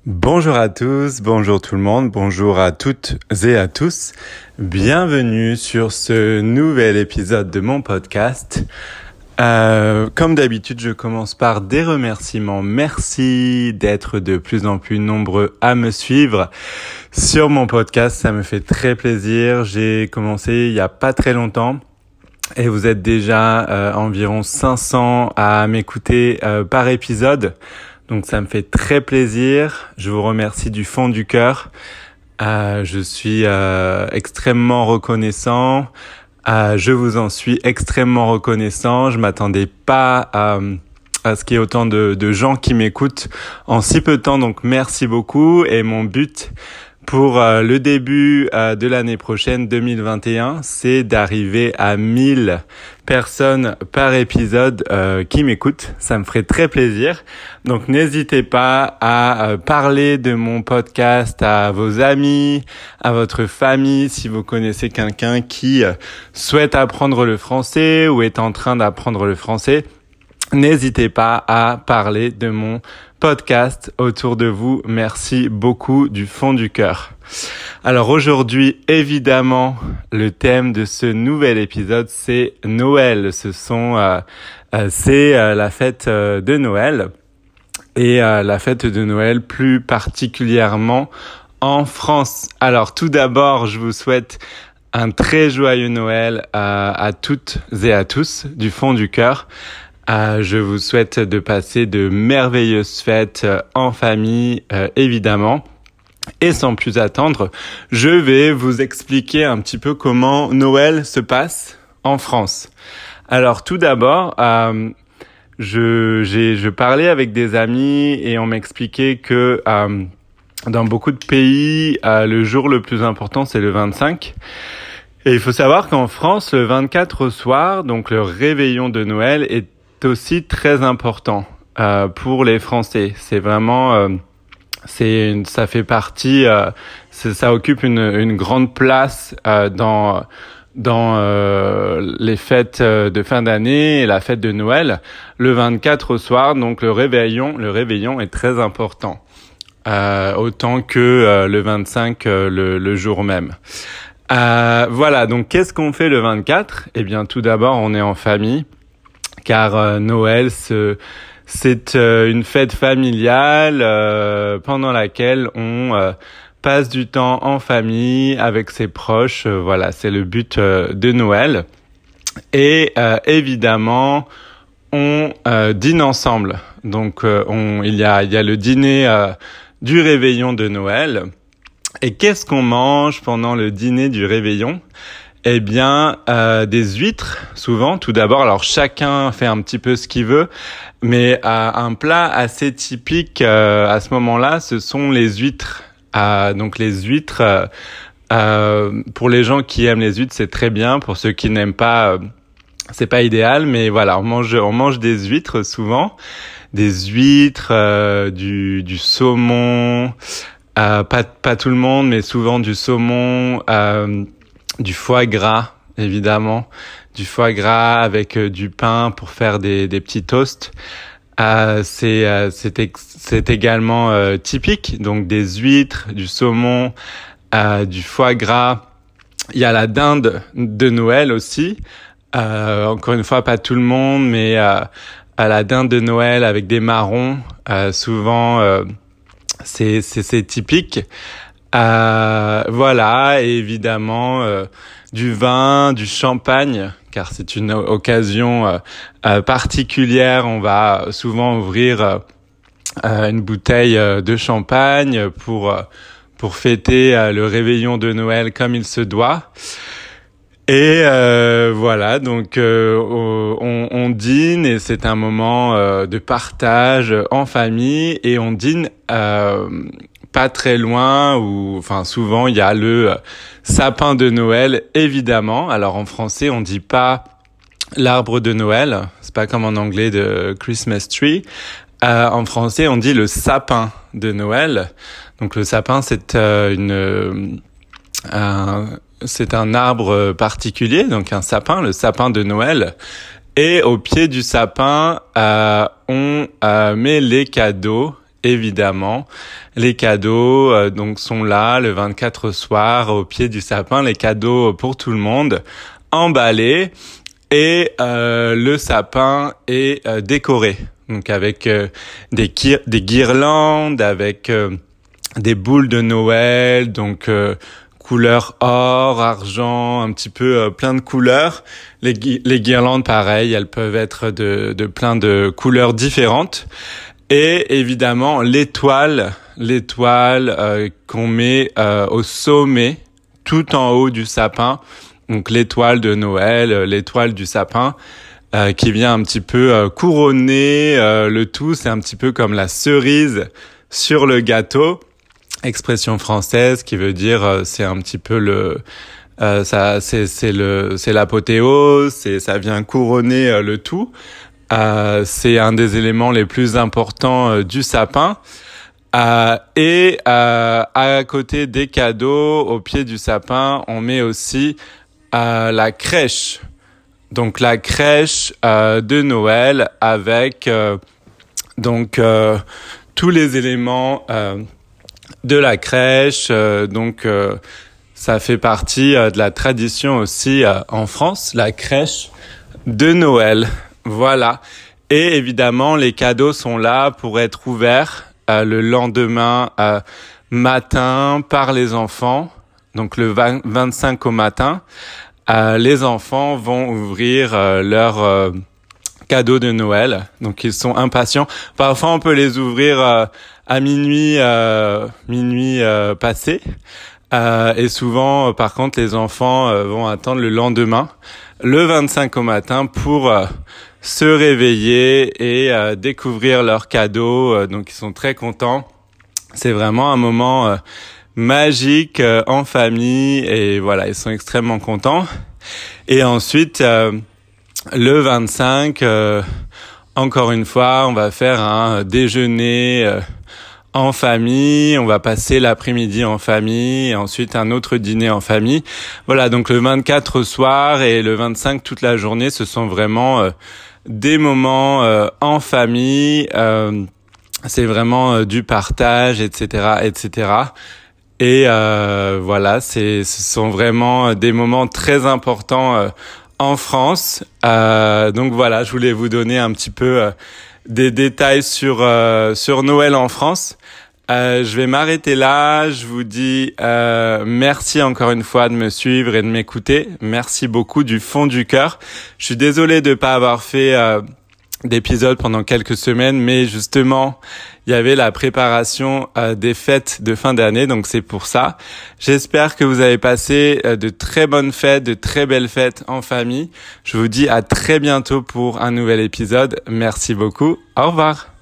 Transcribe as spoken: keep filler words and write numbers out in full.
Bonjour à tous, bonjour tout le monde, bonjour à toutes et à tous. Bienvenue sur ce nouvel épisode de mon podcast. Euh, comme d'habitude, je commence par des remerciements. Merci d'être de plus en plus nombreux à me suivre sur mon podcast. Ça me fait très plaisir. J'ai commencé il y a pas très longtemps. Et vous êtes déjà euh, environ cinq cents à m'écouter euh, par épisode. Donc ça me fait très plaisir. Je vous remercie du fond du cœur. Euh, je suis euh, extrêmement reconnaissant. Euh, je vous en suis extrêmement reconnaissant. Je m'attendais pas à, à ce qu'il y ait autant de, de gens qui m'écoutent en si peu de temps. Donc merci beaucoup. Et mon but pour euh, le début euh, de l'année prochaine, deux mille vingt et un, c'est d'arriver à mille personnes par épisode euh, qui m'écoutent. Ça me ferait très plaisir. Donc n'hésitez pas à euh, parler de mon podcast à vos amis, à votre famille, si vous connaissez quelqu'un qui euh, souhaite apprendre le français ou est en train d'apprendre le français. N'hésitez pas à parler de mon podcast autour de vous. Merci beaucoup du fond du cœur. Alors aujourd'hui, évidemment, le thème de ce nouvel épisode, c'est Noël. Ce sont, euh, euh, c'est euh, la fête euh, de Noël et euh, la fête de Noël plus particulièrement en France. Alors tout d'abord, je vous souhaite un très joyeux Noël euh, à toutes et à tous du fond du cœur. Euh, je vous souhaite de passer de merveilleuses fêtes euh, en famille, euh, évidemment. Et sans plus attendre, je vais vous expliquer un petit peu comment Noël se passe en France. Alors tout d'abord, euh, je, j'ai, je parlais avec des amis et on m'expliquait que euh, dans beaucoup de pays, euh, le jour le plus important, c'est le vingt-cinq. Et il faut savoir qu'en France, le vingt-quatre au soir, donc le réveillon de Noël, est aussi très important euh, pour les Français. C'est vraiment, euh, c'est une, ça fait partie, euh, c'est, ça occupe une, une grande place euh, dans dans euh, les fêtes de fin d'année et la fête de Noël. Le vingt-quatre au soir, donc le réveillon, le réveillon est très important, euh, autant que euh, le vingt-cinq, euh, le, le jour même. Euh, voilà. Donc qu'est-ce qu'on fait le vingt-quatre ? Eh bien, tout d'abord, on est en famille. Car euh, Noël, ce, c'est euh, une fête familiale euh, pendant laquelle on euh, passe du temps en famille avec ses proches. Euh, voilà, c'est le but euh, de Noël. Et euh, évidemment, on euh, dîne ensemble. Donc, euh, on, il y a, il y a le dîner euh, du réveillon de Noël. Et qu'est-ce qu'on mange pendant le dîner du réveillon ? Eh bien, euh, des huîtres, souvent, tout d'abord. Alors, chacun fait un petit peu ce qu'il veut, mais euh, un plat assez typique euh, à ce moment-là, ce sont les huîtres. Euh, donc, les huîtres, euh, euh, pour les gens qui aiment les huîtres, c'est très bien. Pour ceux qui n'aiment pas, euh, c'est pas idéal, mais voilà, on mange, on mange des huîtres souvent, des huîtres, euh, du, du saumon, euh, pas, pas tout le monde, mais souvent du saumon. Euh, Du foie gras, évidemment. Du foie gras avec euh, du pain pour faire des, des petits toasts. Euh, c'est, euh, c'est, ex- c'est également euh, typique. Donc des huîtres, du saumon, euh, du foie gras. Il y a la dinde de Noël aussi. Euh, encore une fois, pas tout le monde, mais euh, à la dinde de Noël avec des marrons. Euh, souvent, euh, c'est, c'est, c'est typique. Euh, voilà, et évidemment euh, du vin, du champagne, car c'est une occasion euh, euh, particulière. On va souvent ouvrir euh, euh, une bouteille euh, de champagne pour euh, pour fêter euh, le réveillon de Noël comme il se doit. Et euh, voilà, donc euh, on, on dîne et c'est un moment euh, de partage en famille et on dîne euh, pas très loin où, enfin souvent il y a le sapin de Noël évidemment. Alors en français on dit pas l'arbre de Noël, c'est pas comme en anglais de Christmas tree. Euh, en français on dit le sapin de Noël. Donc le sapin c'est euh, une euh, un, c'est un arbre particulier, donc un sapin, le sapin de Noël. Et au pied du sapin, euh, on euh, met les cadeaux évidemment, les cadeaux euh, donc sont là le vingt-quatre au soir au pied du sapin, les cadeaux pour tout le monde, emballés, et euh, le sapin est euh, décoré, donc avec euh, des, guir- des guirlandes, avec euh, des boules de Noël, donc euh, couleur or, argent, un petit peu euh, plein de couleurs. Les, gui- les guirlandes, pareil, elles peuvent être de, de plein de couleurs différentes. Et évidemment, l'étoile, l'étoile euh, qu'on met euh, au sommet, tout en haut du sapin. Donc l'étoile de Noël, euh, l'étoile du sapin, euh, qui vient un petit peu euh, couronner euh, le tout. C'est un petit peu comme la cerise sur le gâteau. Expression française qui veut dire euh, c'est un petit peu le euh, ça c'est c'est le c'est l'apothéose, c'est ça vient couronner euh, le tout. Euh, c'est un des éléments les plus importants euh, du sapin. Euh, et euh, à côté des cadeaux, au pied du sapin, on met aussi euh, la crèche. Donc la crèche euh, de Noël avec euh, donc euh, tous les éléments euh, de la crèche, euh, donc euh, ça fait partie euh, de la tradition aussi euh, en France, la crèche de Noël. Voilà. Et évidemment, les cadeaux sont là pour être ouverts euh, le lendemain euh, matin par les enfants. Donc le vingt, vingt-cinq au matin, euh, les enfants vont ouvrir euh, leurs euh, cadeaux de Noël. Donc ils sont impatients. Parfois, on peut les ouvrir euh, à minuit, euh, minuit euh, passé. Euh, et souvent, euh, par contre, les enfants euh, vont attendre le lendemain, le vingt-cinq au matin, pour euh, se réveiller et euh, découvrir leurs cadeaux. Euh, donc, ils sont très contents. C'est vraiment un moment euh, magique euh, en famille. Et voilà, ils sont extrêmement contents. Et ensuite, euh, le vingt-cinq, euh, encore une fois, on va faire un déjeuner euh, en famille, on va passer l'après-midi en famille, et ensuite un autre dîner en famille. Voilà, donc le vingt-quatre au soir et le vingt-cinq toute la journée, ce sont vraiment euh, des moments euh, en famille. Euh, c'est vraiment euh, du partage, et cetera, et cetera. Et euh, voilà, c'est, ce sont vraiment des moments très importants euh, en France. Euh, donc voilà, je voulais vous donner un petit peu euh, des détails sur euh, sur Noël en France. Euh, je vais m'arrêter là. Je vous dis euh, merci encore une fois de me suivre et de m'écouter. Merci beaucoup du fond du cœur. Je suis désolé de pas avoir fait euh, d'épisode pendant quelques semaines, mais justement, il y avait la préparation euh, des fêtes de fin d'année, donc c'est pour ça. J'espère que vous avez passé euh, de très bonnes fêtes, de très belles fêtes en famille. Je vous dis à très bientôt pour un nouvel épisode. Merci beaucoup. Au revoir.